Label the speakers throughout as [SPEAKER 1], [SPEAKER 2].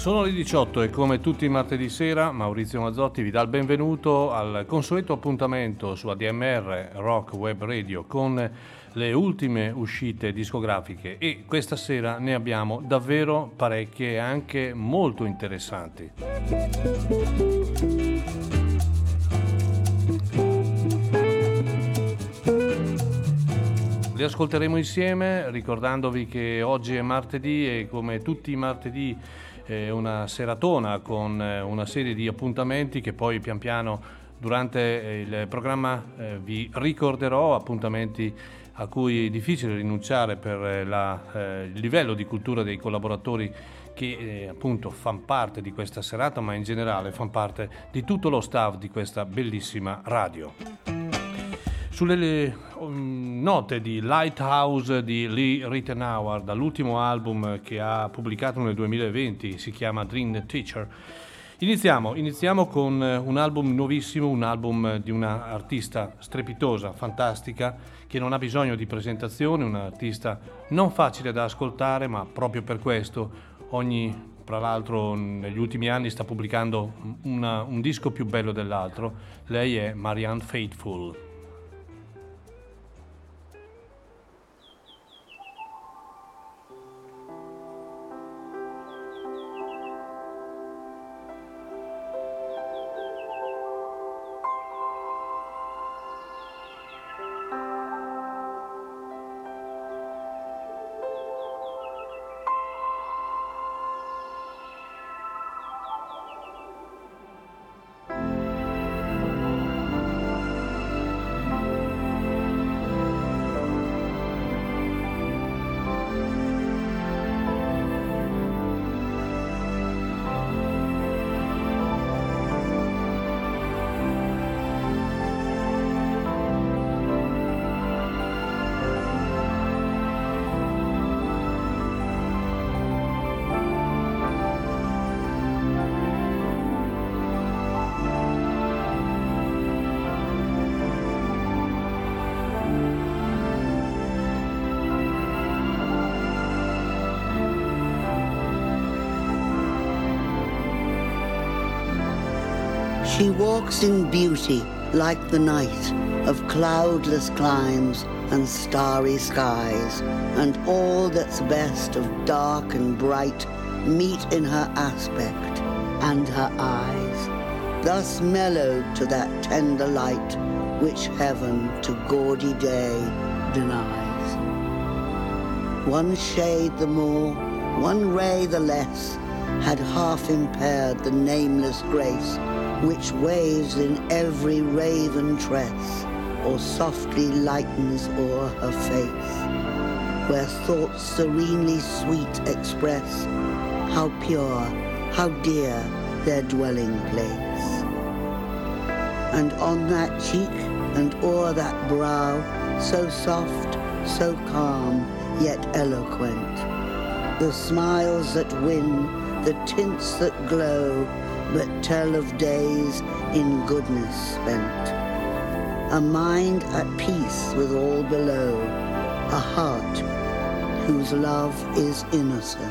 [SPEAKER 1] Sono le 18 e come tutti i martedì sera Maurizio Mazzotti vi dà il benvenuto al consueto appuntamento su ADMR Rock Web Radio con le ultime uscite discografiche, e questa sera ne abbiamo davvero parecchie e anche molto interessanti. Le ascolteremo insieme, ricordandovi che oggi è martedì e come tutti i martedì una seratona con una serie di appuntamenti che poi pian piano durante il programma vi ricorderò, appuntamenti a cui è difficile rinunciare per il livello di cultura dei collaboratori che appunto fanno parte di questa serata, ma in generale fanno parte di tutto lo staff di questa bellissima radio. Sulle note di Lighthouse di Lee Ritenour, dall'ultimo album che ha pubblicato nel 2020, si chiama Dream Teacher, iniziamo con un album nuovissimo, un album di una artista strepitosa, fantastica, che non ha bisogno di presentazione, un'artista non facile da ascoltare, ma proprio per questo tra l'altro negli ultimi anni sta pubblicando un disco più bello dell'altro. Lei è Marianne Faithfull.
[SPEAKER 2] She walks in beauty like the night of cloudless climes and starry skies, and all that's best of dark and bright meet in her aspect and her eyes, thus mellowed to that tender light which heaven to gaudy day denies. One shade the more, one ray the less, had half impaired the nameless grace which waves in every raven tress, or softly lightens o'er her face, where thoughts serenely sweet express how pure, how dear their dwelling place. And on that cheek and o'er that brow, so soft, so calm, yet eloquent, the smiles that win, the tints that glow, but tell of days in goodness spent. A mind at peace with all below, a heart whose love is innocent.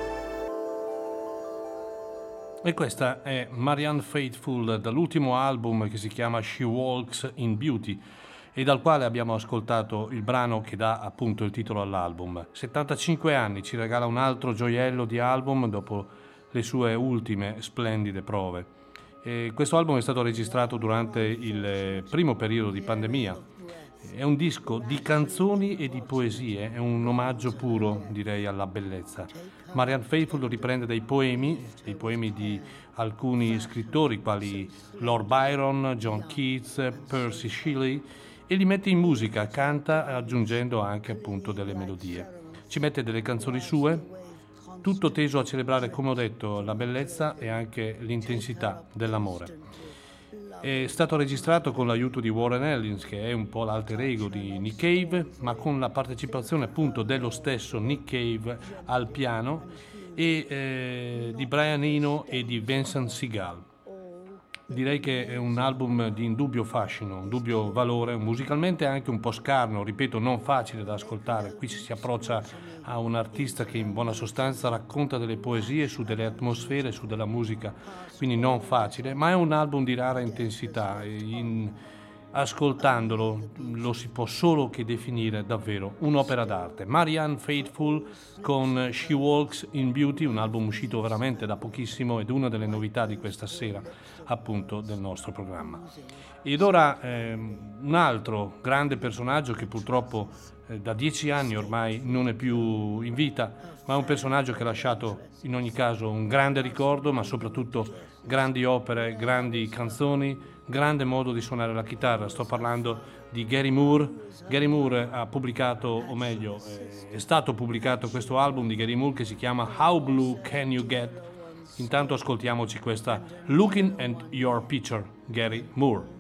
[SPEAKER 1] E questa è Marianne Faithfull dall'ultimo album che si chiama She Walks in Beauty e dal quale abbiamo ascoltato il brano che dà appunto il titolo all'album. 75 anni, ci regala un altro gioiello di album dopo le sue ultime splendide prove. Questo album è stato registrato durante il primo periodo di pandemia. È un disco di canzoni e di poesie, è un omaggio puro, direi, alla bellezza. Marianne Faithfull riprende dei poemi di alcuni scrittori quali Lord Byron, John Keats, Percy Shelley, e li mette in musica, canta aggiungendo anche appunto delle melodie. Ci mette delle canzoni sue, tutto teso a celebrare, come ho detto, la bellezza e anche l'intensità dell'amore. È stato registrato con l'aiuto di Warren Ellis, che è un po' l'alter ego di Nick Cave, ma con la partecipazione appunto dello stesso Nick Cave al piano e di Brian Eno e di Vincent Segal. direi che è un album di indubbio fascino, un dubbio valore, musicalmente anche un po' scarno, ripeto, non facile da ascoltare. Qui ci si approccia a un artista che in buona sostanza racconta delle poesie su delle atmosfere, su della musica, quindi non facile, ma è un album di rara intensità. Ascoltandolo lo si può solo che definire davvero un'opera d'arte. Marianne Faithfull con She Walks in Beauty, un album uscito veramente da pochissimo ed una delle novità di questa sera appunto del nostro programma. Ed ora un altro grande personaggio che purtroppo da 10 anni ormai non è più in vita, ma è un personaggio che ha lasciato in ogni caso un grande ricordo, ma soprattutto grandi opere, grandi canzoni, grande modo di suonare la chitarra. Sto parlando di Gary Moore. Gary Moore ha pubblicato, o meglio, è stato pubblicato questo album di Gary Moore che si chiama How Blue Can You Get? Intanto ascoltiamoci questa Looking at Your Picture, Gary Moore.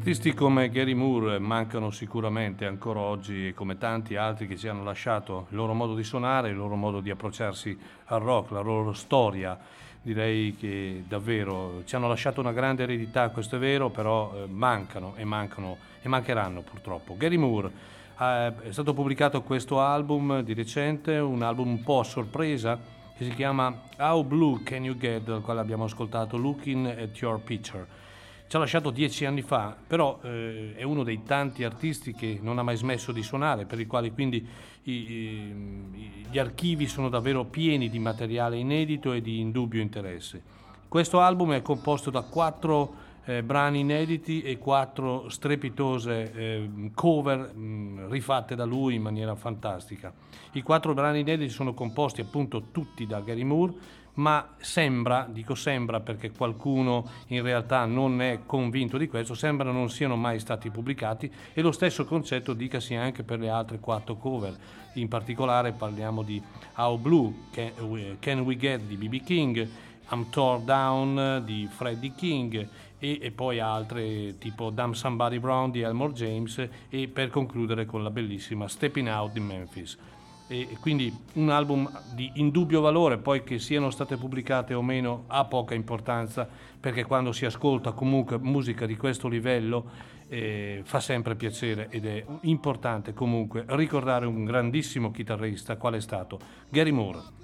[SPEAKER 1] Artisti come Gary Moore mancano sicuramente ancora oggi, e come tanti altri che ci hanno lasciato il loro modo di suonare, il loro modo di approcciarsi al rock, la loro storia. Direi che davvero ci hanno lasciato una grande eredità, questo è vero, però mancano e mancheranno purtroppo. Gary Moore, è stato pubblicato questo album di recente, un album un po' a sorpresa, che si chiama How Blue Can You Get, dal quale abbiamo ascoltato Looking at Your Picture. Ci ha lasciato 10 anni fa, però è uno dei tanti artisti che non ha mai smesso di suonare, per i quali quindi gli archivi sono davvero pieni di materiale inedito e di indubbio interesse. Questo album è composto da 4 brani inediti e 4 strepitose cover rifatte da lui in maniera fantastica. I 4 brani inediti sono composti appunto tutti da Gary Moore, ma sembra, dico sembra perché qualcuno in realtà non è convinto di questo, sembra non siano mai stati pubblicati, e lo stesso concetto dicasi anche per le altre 4 cover. In particolare parliamo di How Blue Can We Get di B.B. King, I'm Tore Down di Freddie King e poi altre tipo Damn Somebody Brown di Elmore James, e per concludere con la bellissima Stepping Out di Memphis. E quindi un album di indubbio valore, poi che siano state pubblicate o meno ha poca importanza, perché quando si ascolta comunque musica di questo livello fa sempre piacere, ed è importante comunque ricordare un grandissimo chitarrista qual è stato Gary Moore.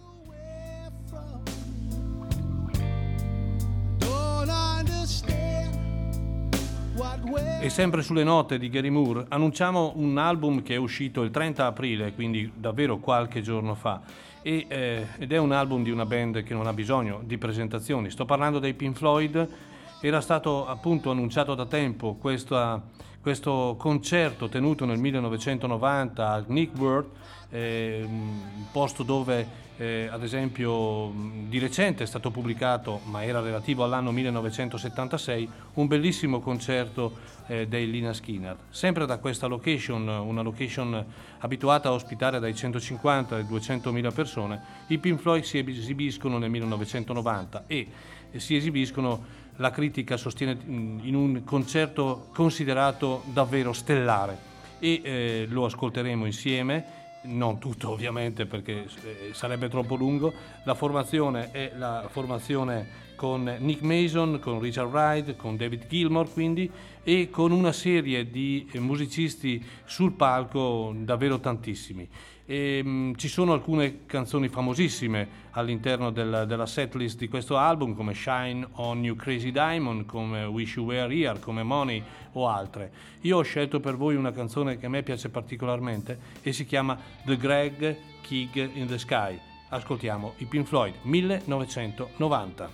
[SPEAKER 1] E sempre sulle note di Gary Moore annunciamo un album che è uscito il 30 aprile, quindi davvero qualche giorno fa, ed è un album di una band che non ha bisogno di presentazioni. Sto parlando dei Pink Floyd. Era stato appunto annunciato da tempo questo concerto tenuto nel 1990 al Nick Worth, un posto dove ad esempio di recente è stato pubblicato, ma era relativo all'anno 1976, un bellissimo concerto dei Lynyrd Skynyrd. Sempre da questa location, una location abituata a ospitare dai 150 ai 200.000 persone, i Pink Floyd si esibiscono nel 1990 e si esibiscono, la critica sostiene, in un concerto considerato davvero stellare, e lo ascolteremo insieme. Non tutto ovviamente perché sarebbe troppo lungo. La formazione è la formazione con Nick Mason, con Richard Wright, con David Gilmour quindi, e con una serie di musicisti sul palco davvero tantissimi. Ci sono alcune canzoni famosissime all'interno della setlist di questo album, come Shine on You Crazy Diamond, come Wish You Were Here, come Money o altre. Io ho scelto per voi una canzone che a me piace particolarmente e si chiama The Greg Kig in the Sky. Ascoltiamo i Pink Floyd, 1990.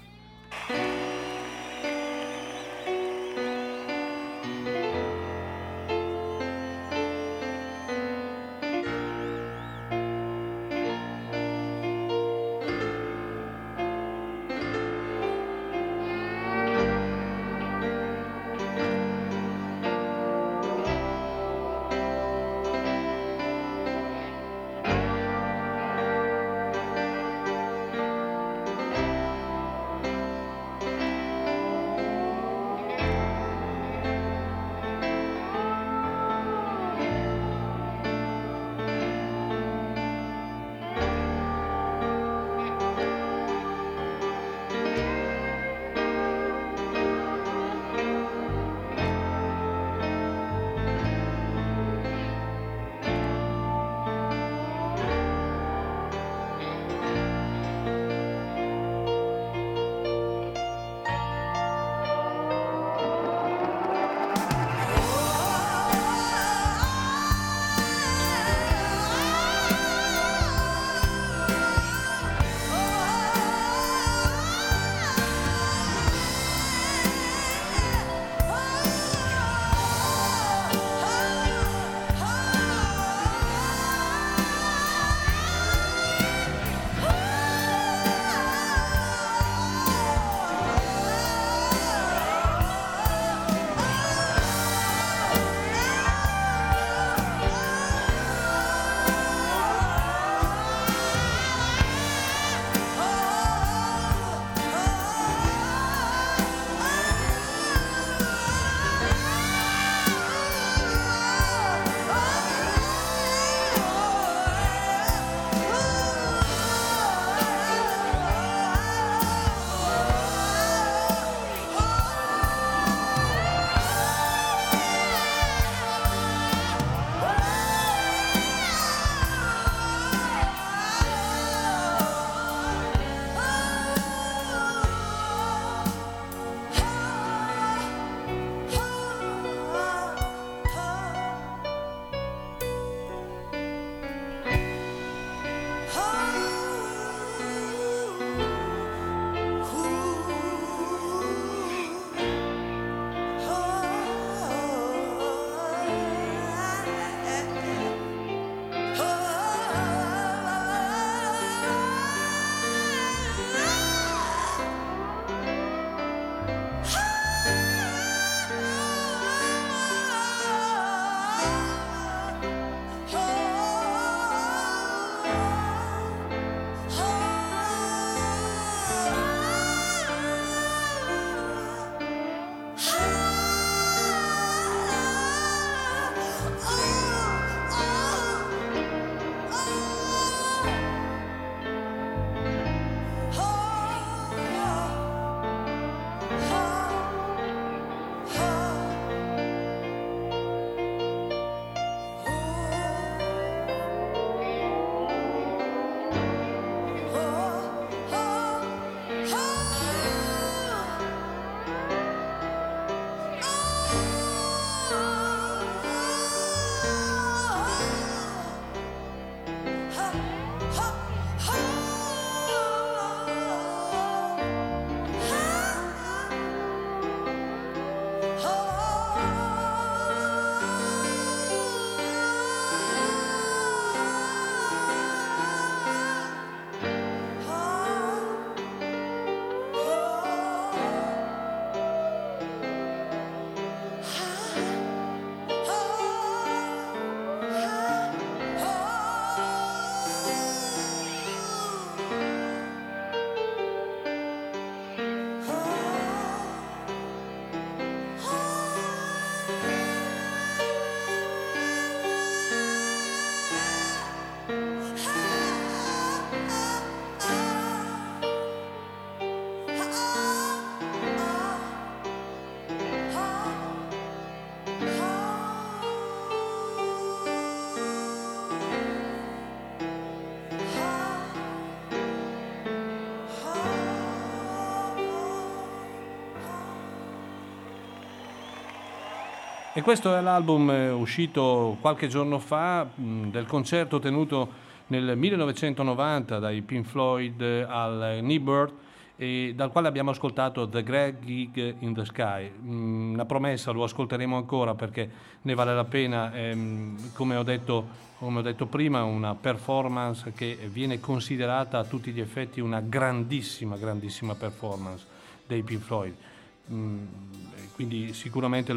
[SPEAKER 1] E questo è l'album uscito qualche giorno fa del concerto tenuto nel 1990 dai Pink Floyd al Newburgh, e dal quale abbiamo ascoltato The Great Gig in the Sky. Una promessa, lo ascolteremo ancora perché ne vale la pena, come ho detto prima, una performance che viene considerata a tutti gli effetti una grandissima performance dei Pink Floyd. Quindi sicuramente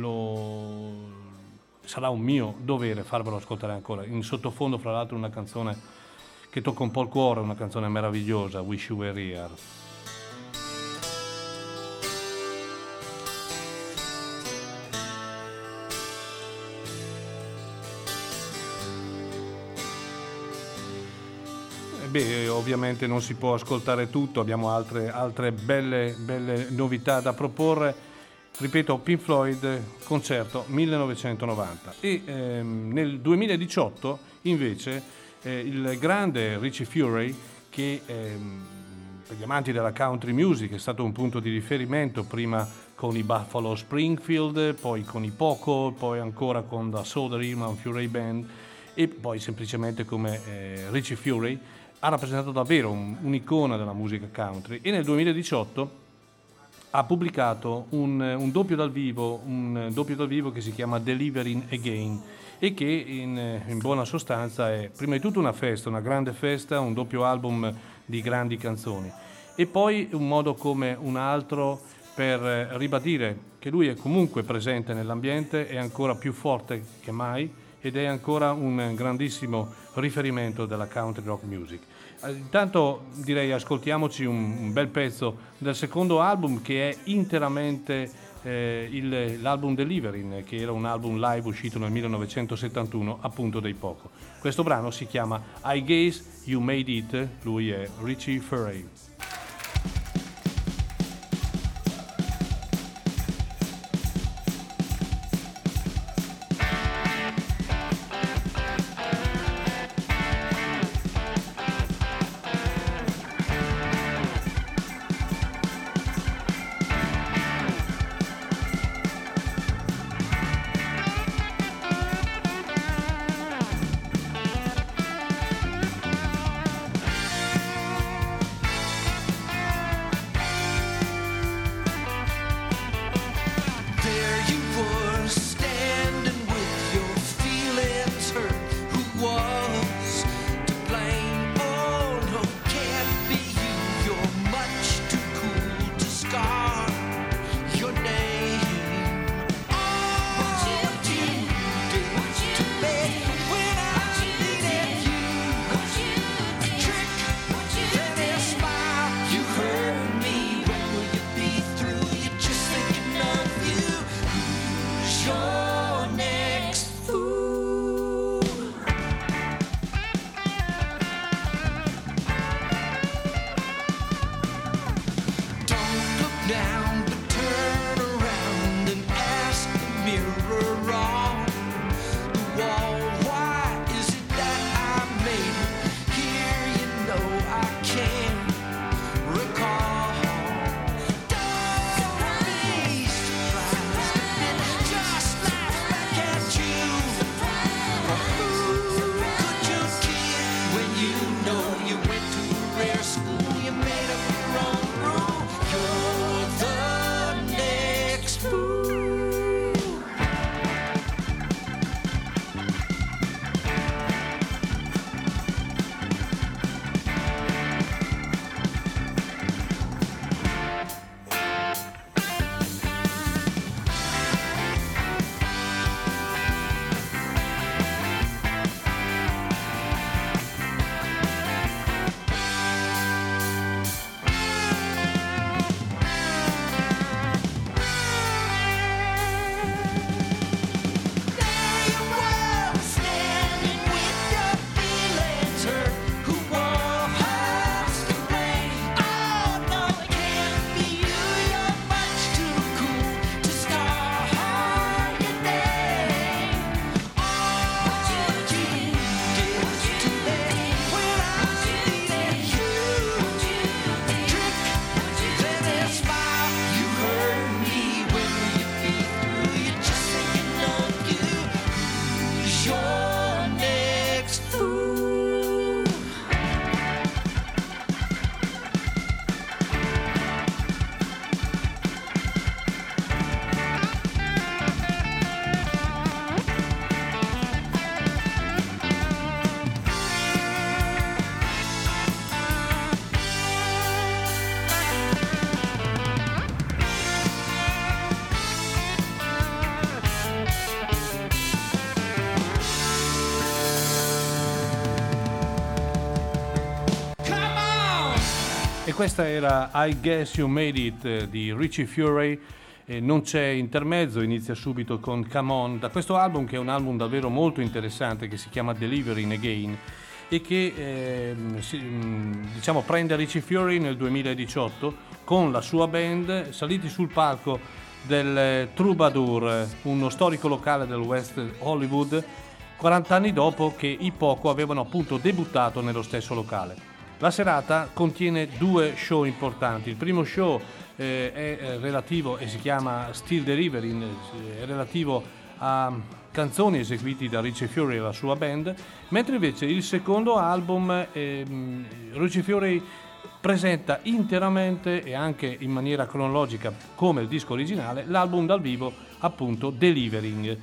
[SPEAKER 1] sarà un mio dovere farvelo ascoltare ancora. In sottofondo, fra l'altro, una canzone che tocca un po' il cuore, una canzone meravigliosa, Wish You Were Here. Ovviamente non si può ascoltare tutto, abbiamo altre belle novità da proporre. Ripeto, Pink Floyd, concerto 1990. E nel 2018 invece il grande Richie Furay, che per gli amanti della country music è stato un punto di riferimento, prima con i Buffalo Springfield, poi con i Poco, poi ancora con la Soda Hillman Furay Band e poi semplicemente come Richie Furay, ha rappresentato davvero un'icona della musica country, e nel 2018 ha pubblicato un doppio dal vivo che si chiama Delivering Again, e che in buona sostanza è prima di tutto una festa, una grande festa, un doppio album di grandi canzoni, e poi un modo come un altro per ribadire che lui è comunque presente nell'ambiente, è ancora più forte che mai ed è ancora un grandissimo riferimento della country rock music. Intanto direi ascoltiamoci un bel pezzo del secondo album, che è interamente l'album Delivering, che era un album live uscito nel 1971, appunto dei Poco. Questo brano si chiama I Guess You Made It, lui è Richie Furay.
[SPEAKER 3] You went to rare school, you made up your own rule. You're the
[SPEAKER 1] E questa era I Guess You Made It di Richie Furay. Non c'è intermezzo, inizia subito con Come On, da questo album, che è un album davvero molto interessante, che si chiama Delivering Again, e che diciamo prende Richie Furay nel 2018 con la sua band, saliti sul palco del Troubadour, uno storico locale del West Hollywood, 40 anni dopo che i Poco avevano appunto debuttato nello stesso locale. La serata contiene due show importanti. Il primo show è relativo e si chiama Still Delivering, è relativo a canzoni eseguite da Richie Furay e la sua band, mentre invece il secondo album Richie Furay presenta interamente e anche in maniera cronologica come il disco originale l'album dal vivo, appunto Delivering,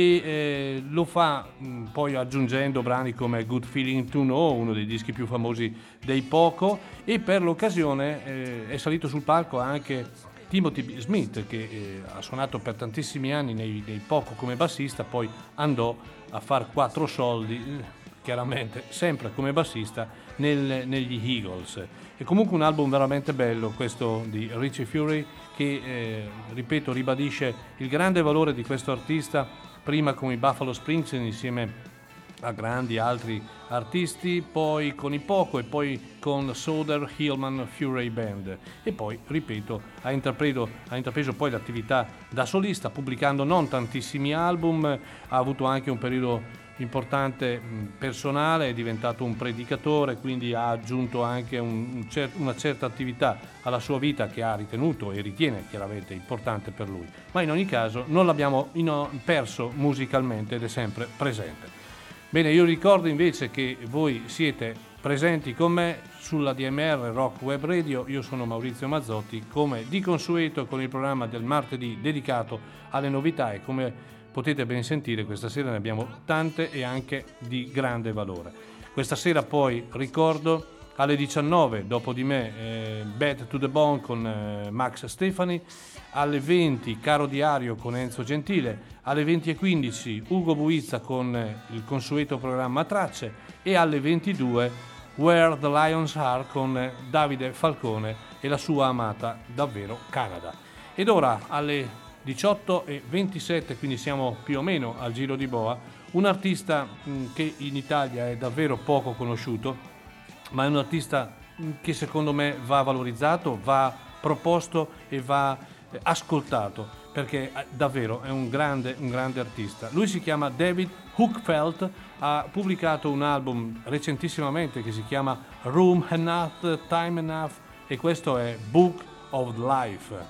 [SPEAKER 1] e lo fa poi aggiungendo brani come Good Feeling to Know, uno dei dischi più famosi dei Poco, e per l'occasione è salito sul palco anche Timothy Smith, che ha suonato per tantissimi anni nei Poco come bassista, poi andò a far quattro soldi, chiaramente sempre come bassista, negli Eagles. È comunque un album veramente bello questo di Richie Furay, che ripeto, ribadisce il grande valore di questo artista, prima con i Buffalo Springsteen insieme a grandi altri artisti, poi con i Poco e poi con Soder Hillman Furay Band, e poi ripeto ha intrapreso poi l'attività da solista, pubblicando non tantissimi album, ha avuto anche un periodo importante personale, è diventato un predicatore, quindi ha aggiunto anche una certa attività alla sua vita, che ha ritenuto e ritiene chiaramente importante per lui, ma in ogni caso non l'abbiamo perso musicalmente ed è sempre presente. Bene, io ricordo invece che voi siete presenti con me sulla DMR Rock Web Radio. Io sono Maurizio Mazzotti, come di consueto con il programma del martedì dedicato alle novità, e come potete ben sentire questa sera ne abbiamo tante e anche di grande valore. Questa sera poi ricordo alle 19 dopo di me Bad to the Bone con Max Stefani, alle 20 Caro Diario con Enzo Gentile, alle 20:15 Ugo Buizza con il consueto programma Tracce, e alle 22 Where the Lions Are con Davide Falcone e la sua amata davvero Canada. Ed ora alle 18:27, quindi siamo più o meno al giro di boa, un artista che in Italia è davvero poco conosciuto, ma è un artista che secondo me va valorizzato, va proposto e va ascoltato, perché davvero è un grande artista. Lui si chiama David Hookfeld, ha pubblicato un album recentissimamente che si chiama Room Enough, Time Enough, e questo è Book of Life.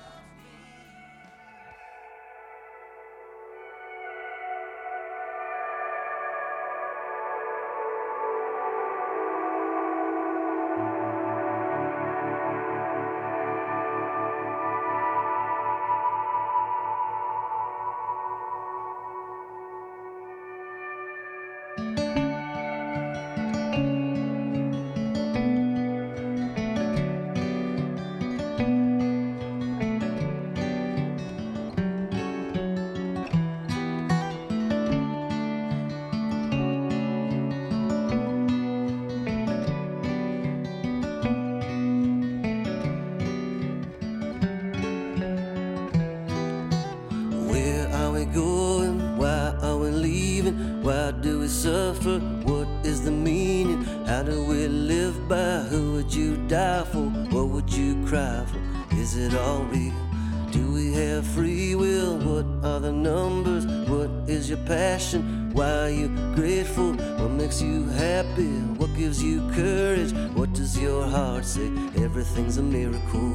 [SPEAKER 3] Suffer, what is the meaning? How do we live by? Who would you die for? What would you cry for? Is it all real? Do we have free will? What are the numbers? What is your passion? Why are you grateful? What makes you happy? What gives you courage? What does your heart say? Everything's a miracle.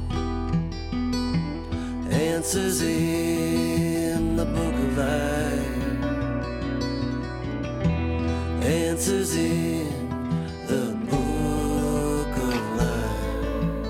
[SPEAKER 3] Answers in the book of life. Answers in the book of life.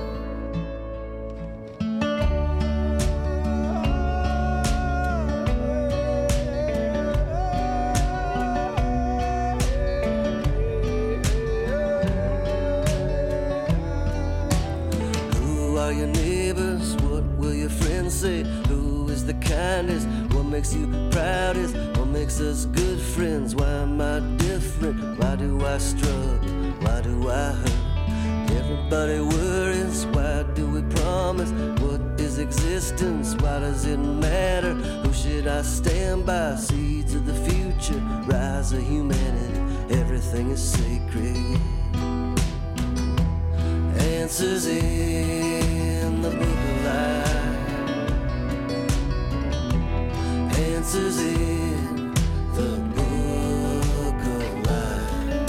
[SPEAKER 3] Who are your neighbors? What will your friends say? Who is the kindest? What makes you proudest? What makes us good friends? Why am I different? Why do I struggle? Why do I hurt? Everybody worries, why do we promise? What is existence? Why does it matter? Who should I stand by? Seeds of the future, rise of humanity. Everything is sacred. Answers in the book of life. Answers in the book of life.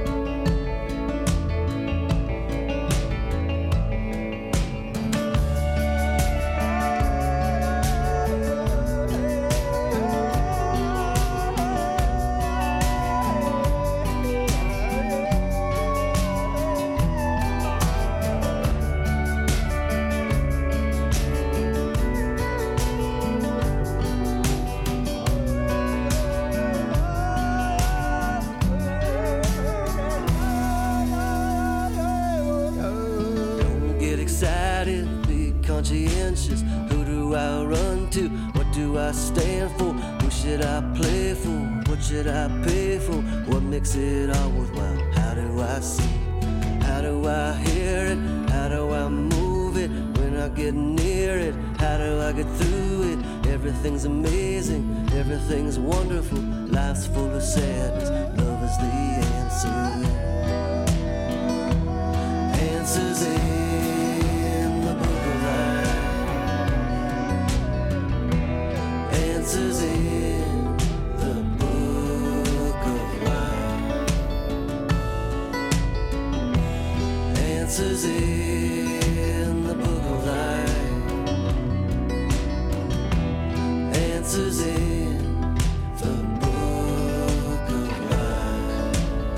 [SPEAKER 3] Conscientious, who do I run to? What do I stand for? Who should I play for? What should I pay for? What makes it all worthwhile? How do I see? How do I hear it? How do I move it? When I get near it, how do I get through it? Everything's amazing, everything's wonderful. Life's full of sadness, love is the answer. Answers in the book of life. Answers in the book of life. Answers in the book of life. Answers in the book of life.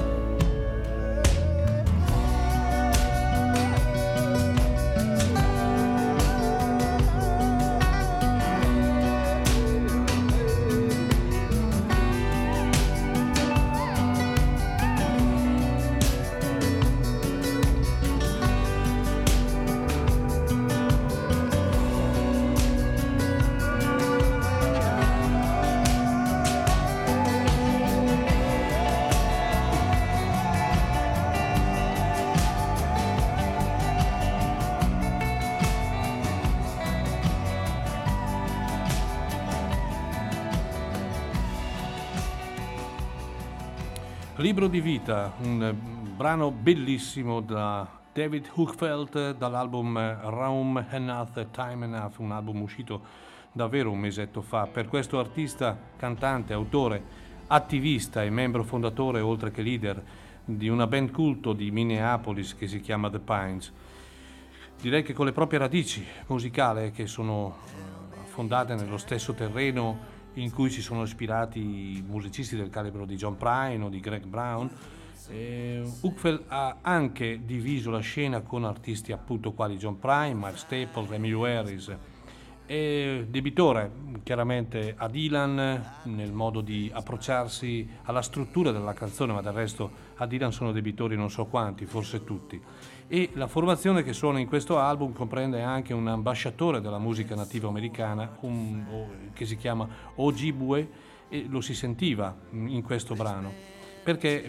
[SPEAKER 1] Libro di vita, un brano bellissimo da David Hochfeld dall'album Raum Enough, Time Enough, un album uscito davvero un mesetto fa. Per questo artista, cantante, autore, attivista e membro fondatore oltre che leader di una band culto di Minneapolis che si chiama The Pines. Direi che con le proprie radici musicali che sono fondate nello stesso terreno in cui si sono ispirati musicisti del calibro di John Prine o di Greg Brown, Hochfeld ha anche diviso la scena con artisti appunto quali John Prine, Miles Staples, Emilio Harris, e debitore chiaramente a Dylan nel modo di approcciarsi alla struttura della canzone, ma del resto a Dylan sono debitori non so quanti, forse tutti. E la formazione che suona in questo album comprende anche un ambasciatore della musica nativa americana che si chiama Ojibwe, e lo si sentiva in questo brano perché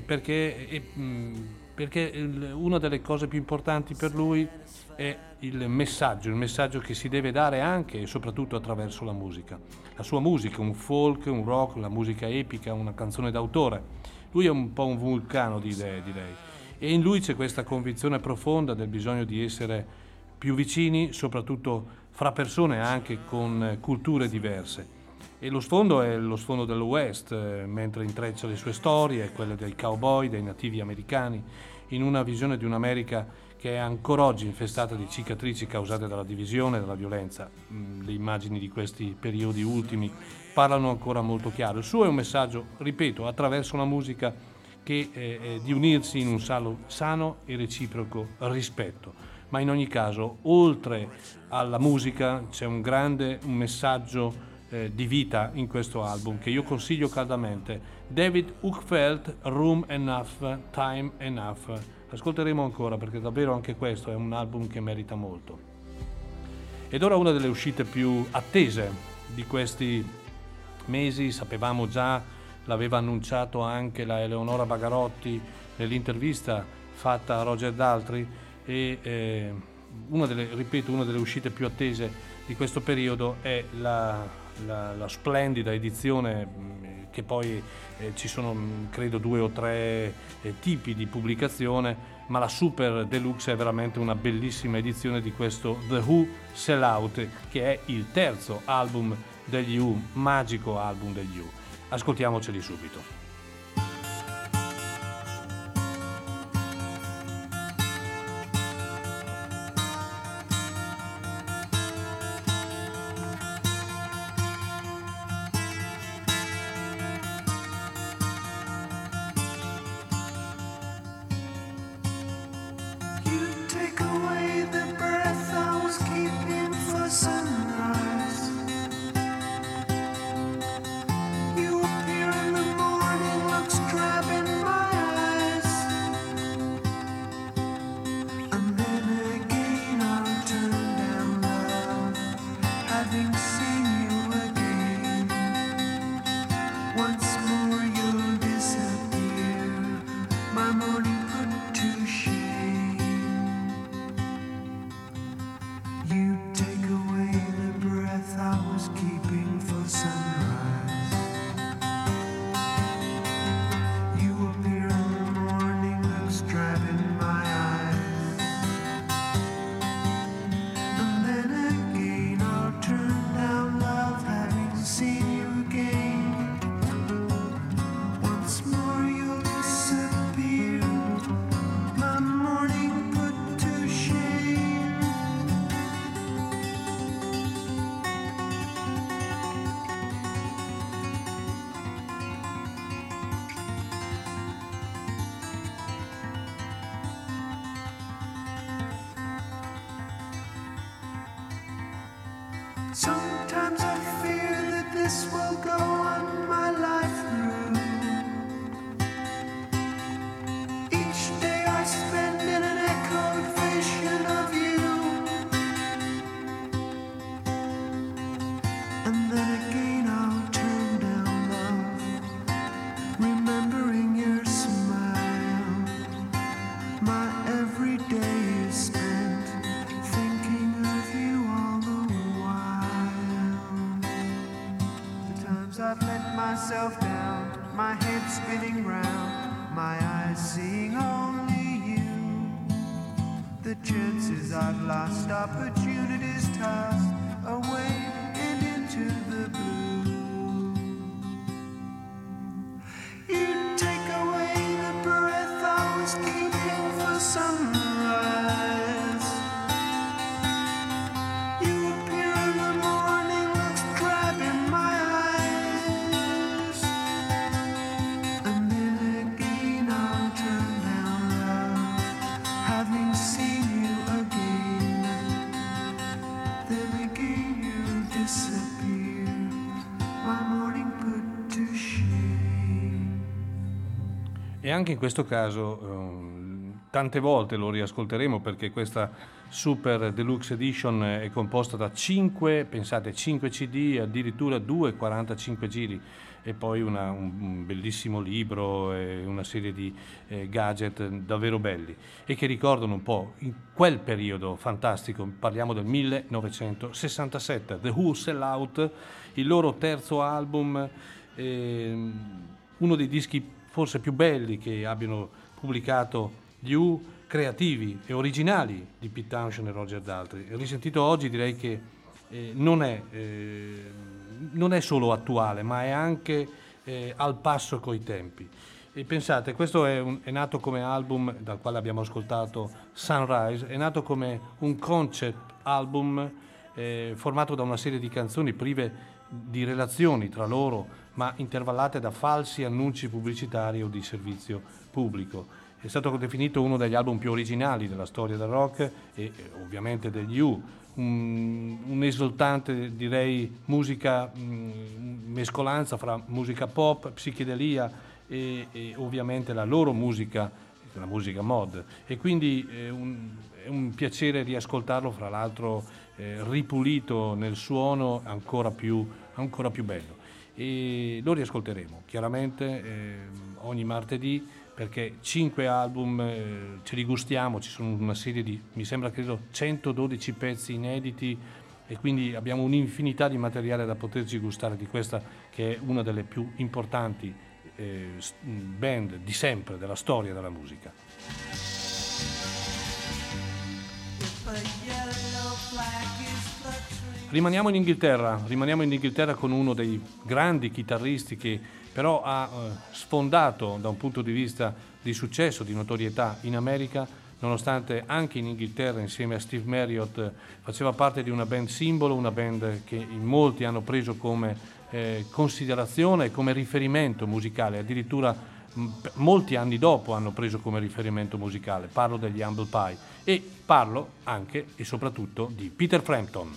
[SPEAKER 1] una delle cose più importanti per lui è il messaggio che si deve dare anche e soprattutto attraverso la musica. La sua musica, un folk, un rock, la musica epica, una canzone d'autore. Lui è un po' un vulcano di idee, direi. E in lui c'è questa convinzione profonda del bisogno di essere più vicini, soprattutto fra persone anche con culture diverse. E lo sfondo è lo sfondo del West, mentre intreccia le sue storie, quelle dei cowboy, dei nativi americani, in una visione di un'America che è ancora oggi infestata di cicatrici causate dalla divisione e dalla violenza. Le immagini di questi periodi ultimi parlano ancora molto chiaro. Il suo è un messaggio, ripeto, attraverso la musica, che è di unirsi in un sano e reciproco rispetto. Ma in ogni caso, oltre alla musica, c'è un messaggio di vita in questo album che io consiglio caldamente. David Hochfeld, Room Enough, Time Enough. Ascolteremo ancora perché davvero anche questo è un album che merita molto. Ed ora una delle uscite più attese di questi mesi, sapevamo già, l'aveva annunciato anche la Eleonora Bagarotti nell'intervista fatta a Roger Daltrey, e una delle uscite più attese di questo periodo è la splendida edizione, che poi ci sono credo 2 o 3 tipi di pubblicazione, ma la Super Deluxe è veramente una bellissima edizione di questo The Who Sell Out, che è il terzo album degli Who, magico album degli Who. Ascoltiamoceli subito.
[SPEAKER 4] Sometimes I fear that this will go on my life through. Each day I spend in an echoed vision of you, and then again I'll turn down love, remembering your smile. My every day is spent thinking of you all the while. The times I've let myself down, my head spinning round, my eyes seeing only you. The chances I've lost, opportunities tossed away and into the blue. You take away the breath I was keeping for sunrise. You appear in the morning, looks drab in my eyes. And then again I'll turn down love, having seen you again. Then again you disappear, my morning put to shame.
[SPEAKER 1] E anche in questo caso tante volte lo riascolteremo, perché questa Super Deluxe Edition è composta da 5 CD, addirittura 2 45 giri e poi un bellissimo libro e una serie di gadget davvero belli e che ricordano un po' in quel periodo fantastico. Parliamo del 1967, The Who Sell Out, il loro terzo album, uno dei dischi forse più belli che abbiano pubblicato gli Who, creativi e originali di Pete Townshend e Roger Daltrey. Risentito oggi direi che non è solo attuale, ma è anche al passo coi tempi. E pensate, questo è nato come album dal quale abbiamo ascoltato Sunrise, è nato come un concept album formato da una serie di canzoni prive di relazioni tra loro, ma intervallate da falsi annunci pubblicitari o di servizio pubblico. È stato definito uno degli album più originali della storia del rock e ovviamente degli Who, un'esultante, direi, musica, mescolanza fra musica pop, psichedelia e ovviamente la loro musica, la musica mod, e quindi è un piacere riascoltarlo, fra l'altro ripulito nel suono, ancora più bello. E lo riascolteremo chiaramente ogni martedì perché 5 album ce li gustiamo, ci sono una serie di, mi sembra, credo 112 pezzi inediti, e quindi abbiamo un'infinità di materiale da poterci gustare di questa che è una delle più importanti band di sempre della storia della musica. Rimaniamo in Inghilterra con uno dei grandi chitarristi che però ha sfondato da un punto di vista di successo, di notorietà in America, nonostante anche in Inghilterra insieme a Steve Marriott faceva parte di una band simbolo, una band che in molti hanno preso come considerazione, come riferimento musicale, addirittura molti anni dopo hanno preso come riferimento musicale. Parlo degli Humble Pie e parlo anche e soprattutto di Peter Frampton.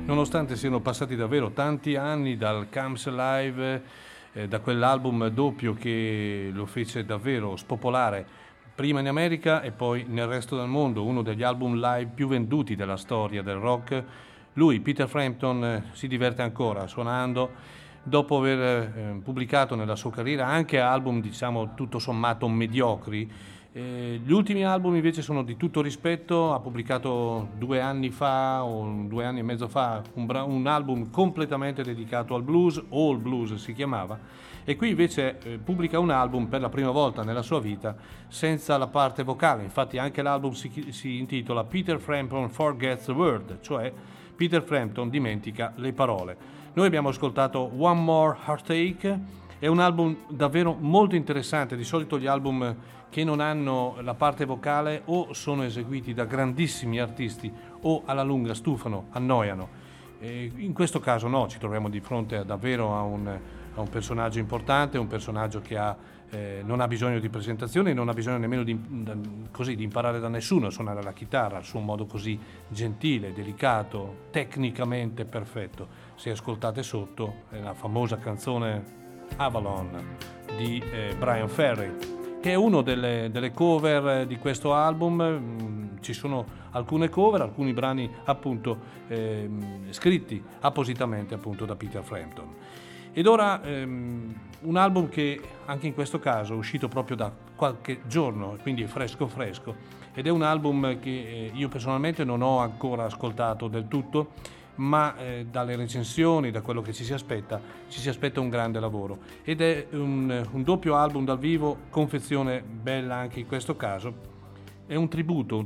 [SPEAKER 1] Nonostante siano passati davvero tanti anni dal Comes Alive, da quell'album doppio che lo fece davvero spopolare prima in America e poi nel resto del mondo, uno degli album live più venduti della storia del rock, lui, Peter Frampton, si diverte ancora suonando dopo aver pubblicato nella sua carriera anche album, diciamo, tutto sommato mediocri. Gli ultimi album invece sono di tutto rispetto. Ha pubblicato 2 anni fa o 2 anni e mezzo fa un album completamente dedicato al blues, All Blues si chiamava, e qui invece pubblica un album per la prima volta nella sua vita senza la parte vocale. Infatti anche l'album si intitola Peter Frampton Forgets the Word, cioè Peter Frampton dimentica le parole. Noi abbiamo ascoltato One More Heartache, è un album davvero molto interessante. Di solito gli album che non hanno la parte vocale o sono eseguiti da grandissimi artisti o alla lunga stufano, annoiano. In questo caso no, ci troviamo di fronte davvero a un personaggio importante, un personaggio che non ha bisogno di presentazioni, non ha bisogno nemmeno di imparare da nessuno a suonare la chitarra al suo modo così gentile, delicato, tecnicamente perfetto. Se ascoltate sotto è la famosa canzone Avalon di Brian Ferry, che è uno delle cover di questo album. Ci sono alcune cover, alcuni brani appunto scritti appositamente appunto da Peter Frampton. Ed ora un album che anche in questo caso è uscito proprio da qualche giorno, quindi è fresco, ed è un album che io personalmente non ho ancora ascoltato del tutto, ma dalle recensioni, da quello che ci si aspetta un grande lavoro, ed è un doppio album dal vivo, confezione bella anche in questo caso. È un tributo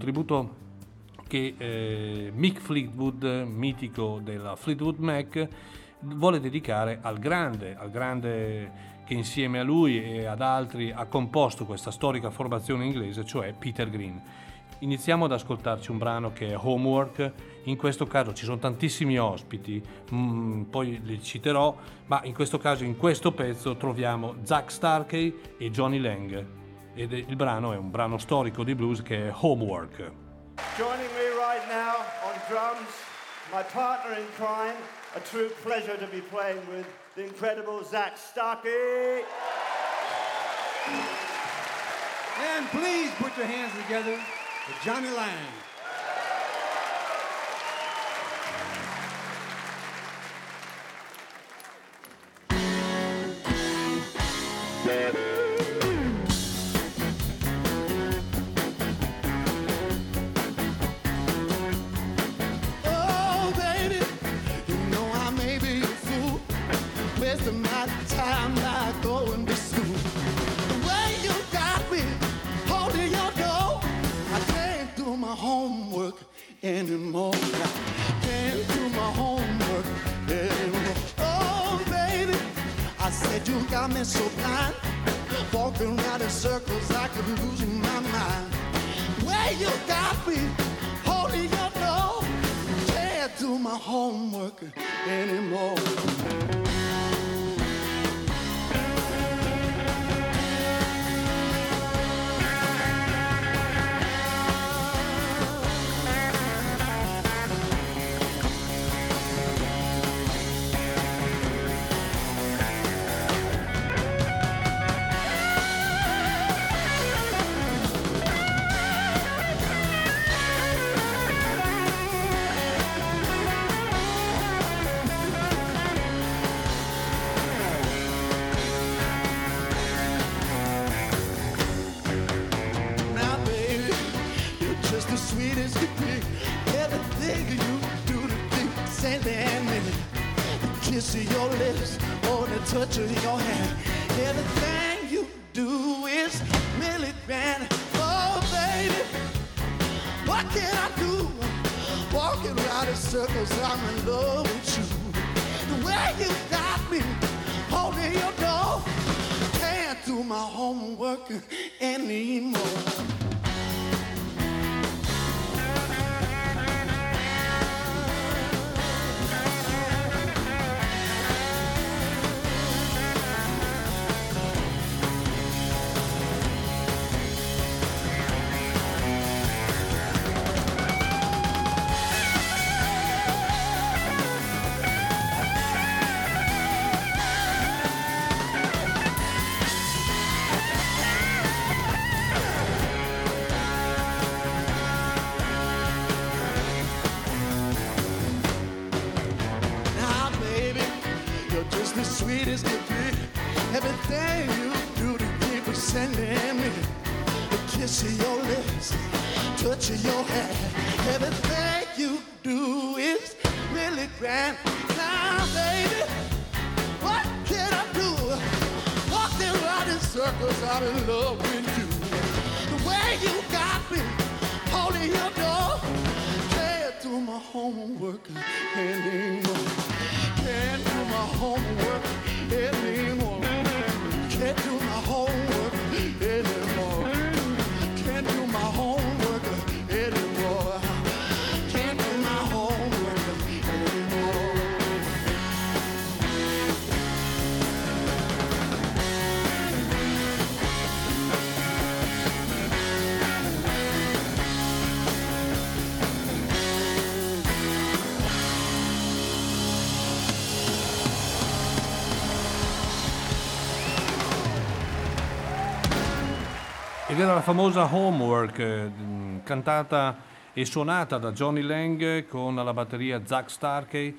[SPEAKER 1] che Mick Fleetwood, mitico della Fleetwood Mac, vuole dedicare al grande che insieme a lui e ad altri ha composto questa storica formazione inglese, cioè Peter Green. Iniziamo ad ascoltarci un brano che è Homework. In questo caso ci sono tantissimi ospiti, poi li citerò, ma in questo caso, in questo pezzo, troviamo Zach Starkey e Johnny Lang, ed il brano è un brano storico di blues che è Homework.
[SPEAKER 5] Joining me right now on drums, my partner in crime, a true pleasure to be playing with the incredible Zach Starkey.
[SPEAKER 6] And please put your hands together for Johnny Lang.
[SPEAKER 7] Oh, baby, you know I may be a fool, wasting my time by going to school. The way you got me holding your door, I can't do my homework anymore. I can't do my homework anymore. Oh, baby, I said you got me so blind, walking around in circles I could lose my mind. Where you got me holding your door, can't do my homework anymore. Sweetest you be, everything you do to me, say that minute, the kiss of your lips, or the touch of your hand, everything you do is really grand. Oh baby, what can I do? Walking around in circles, I'm in love with you. The way you got me, holding your door, can't do my homework anymore. everything you do to keep sending me. The kiss of your lips, touch of your hand, everything you do is really grand. Now, baby, what can I do? Walking around in circles, I'm in love with you. The way you got me, holding your door, can't do my homework anymore. Can't do my homework anymore. Can't do my homework anymore. Can't do my homework anymore. Can't do my homework anymore.
[SPEAKER 1] Ed era la famosa Homework, cantata e suonata da Johnny Lang con alla batteria Zak Starkey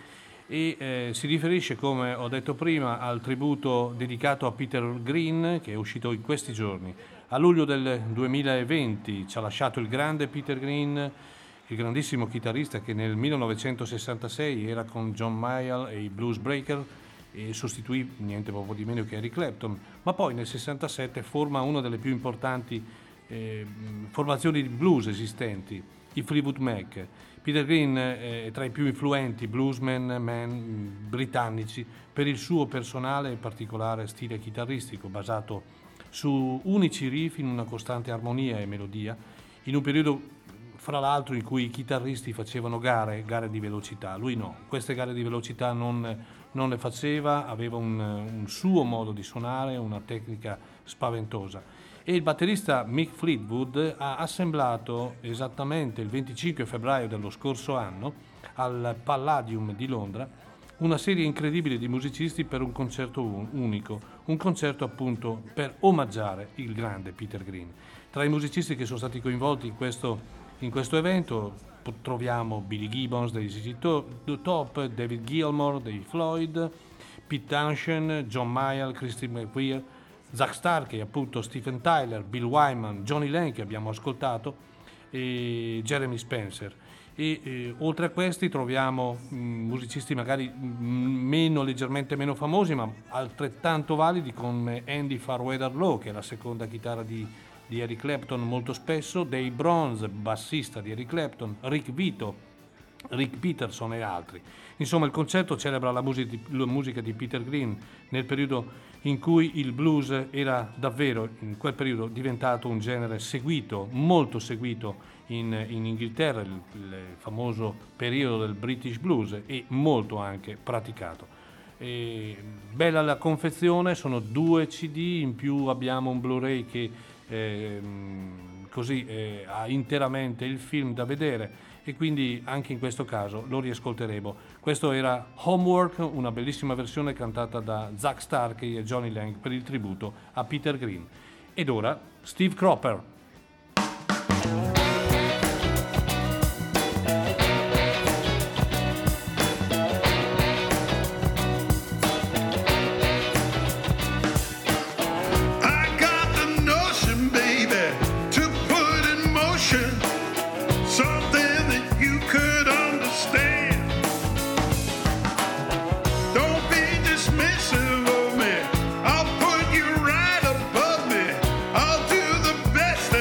[SPEAKER 1] e si riferisce, come ho detto prima, al tributo dedicato a Peter Green che è uscito in questi giorni. A luglio del 2020 ci ha lasciato il grande Peter Green, il grandissimo chitarrista che nel 1966 era con John Mayall e i Blues Breaker e sostituì niente poco di meno che Eric Clapton, ma poi nel 67 forma una delle più importanti formazioni di blues esistenti, i Fleetwood Mac. Peter Green è tra i più influenti bluesmen britannici per il suo personale e particolare stile chitarristico basato su unici riff in una costante armonia e melodia, in un periodo fra l'altro in cui i chitarristi facevano gare di velocità. Lui no, queste gare di velocità non le faceva, aveva un suo modo di suonare, una tecnica spaventosa. E il batterista Mick Fleetwood ha assemblato esattamente il 25 febbraio dello scorso anno al Palladium di Londra una serie incredibile di musicisti per un concerto unico, un concerto appunto per omaggiare il grande Peter Green. Tra i musicisti che sono stati coinvolti in questo evento troviamo Billy Gibbons dei ZZ Top, David Gilmour dei Floyd, Pete Townshend, John Mayall, Christine McVie, Zak Starkey, appunto Stephen Tyler, Bill Wyman, Johnny Lang che abbiamo ascoltato e Jeremy Spencer. E oltre a questi troviamo musicisti magari leggermente meno famosi ma altrettanto validi come Andy Fairweather Lowe, che è la seconda chitarra di Eric Clapton molto spesso, Dave Bronze, bassista di Eric Clapton, Rick Vito, Rick Peterson e altri. Insomma, il concerto celebra la musica di Peter Green nel periodo in cui il blues era davvero, in quel periodo, diventato un genere seguito, molto seguito in Inghilterra, il famoso periodo del British Blues, e molto anche praticato. Bella la confezione, sono 2 CD, in più abbiamo un Blu-ray che ha interamente il film da vedere e quindi anche in questo caso lo riascolteremo. Questo era Homework, una bellissima versione cantata da Zak Starkey e Johnny Lang per il tributo a Peter Green. Ed ora Steve Cropper.
[SPEAKER 8] Best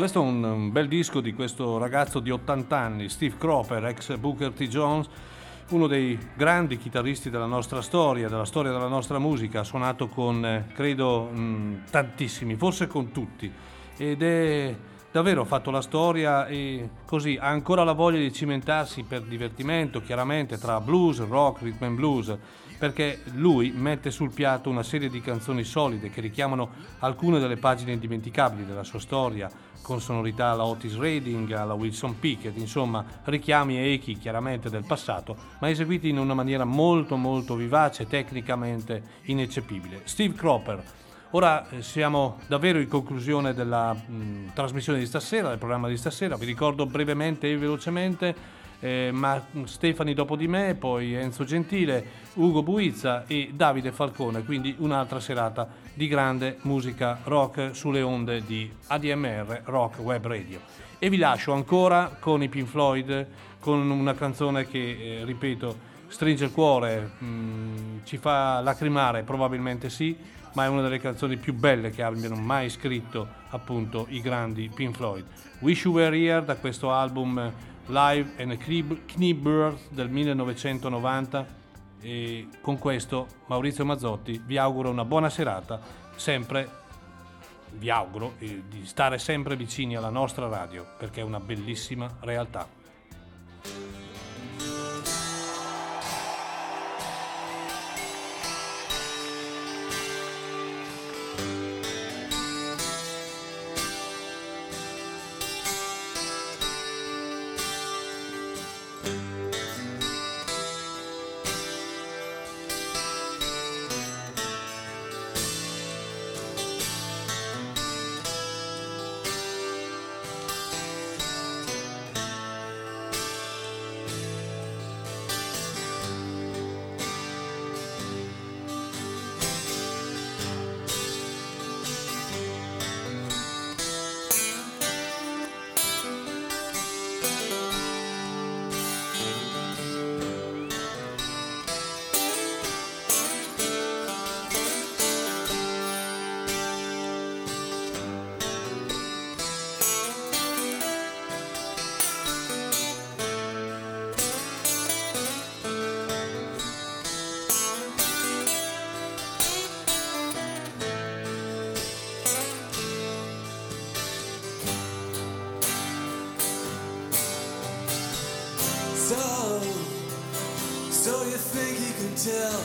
[SPEAKER 1] questo è un bel disco di questo ragazzo di 80 anni, Steve Cropper, ex Booker T. Jones, uno dei grandi chitarristi della nostra storia, della storia della nostra musica. Ha suonato con, credo, tantissimi, forse con tutti, ed è davvero fatto la storia, e così ha ancora la voglia di cimentarsi per divertimento, chiaramente, tra blues, rock, rhythm and blues, perché lui mette sul piatto una serie di canzoni solide che richiamano alcune delle pagine indimenticabili della sua storia, con sonorità alla Otis Redding, alla Wilson Pickett, insomma richiami e echi chiaramente del passato, ma eseguiti in una maniera molto molto vivace, tecnicamente ineccepibile. Steve Cropper. Ora siamo davvero in conclusione della trasmissione di stasera, del programma di stasera. Vi ricordo brevemente e velocemente ma Stefani dopo di me, poi Enzo Gentile, Ugo Buizza e Davide Falcone, quindi un'altra serata di grande musica rock sulle onde di ADMR Rock Web Radio. E vi lascio ancora con i Pink Floyd, con una canzone che, ripeto, stringe il cuore, ci fa lacrimare, probabilmente sì, ma è una delle canzoni più belle che abbiano mai scritto appunto i grandi Pink Floyd. Wish You Were Here, da questo album Live and Kniebirth del 1990, e con questo Maurizio Mazzotti vi auguro una buona serata, sempre vi auguro di stare sempre vicini alla nostra radio, perché è una bellissima realtà.
[SPEAKER 3] So you think you can tell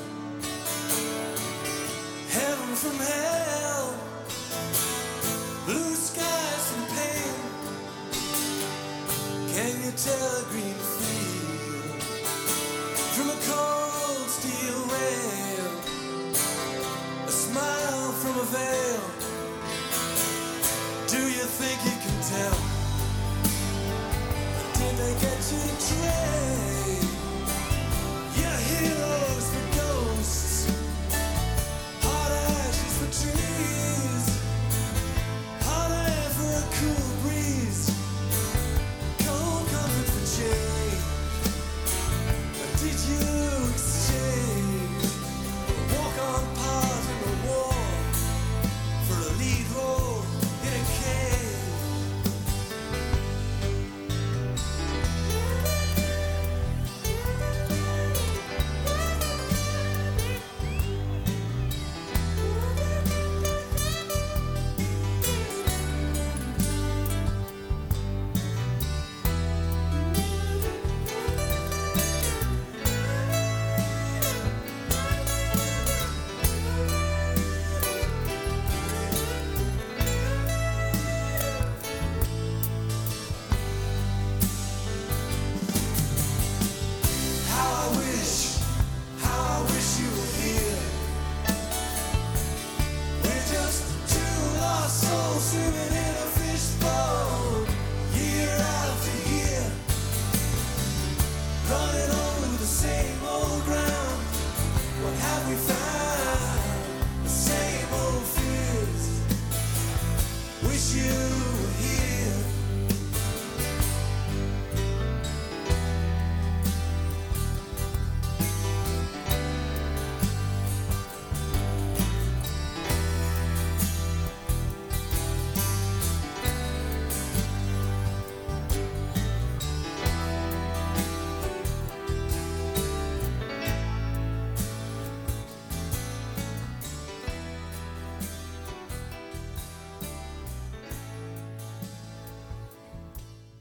[SPEAKER 3] heaven from hell, blue skies from pain? Can you tell a green field from a cold steel rail, a smile from a veil? Do you think you can tell? Did they get you to tread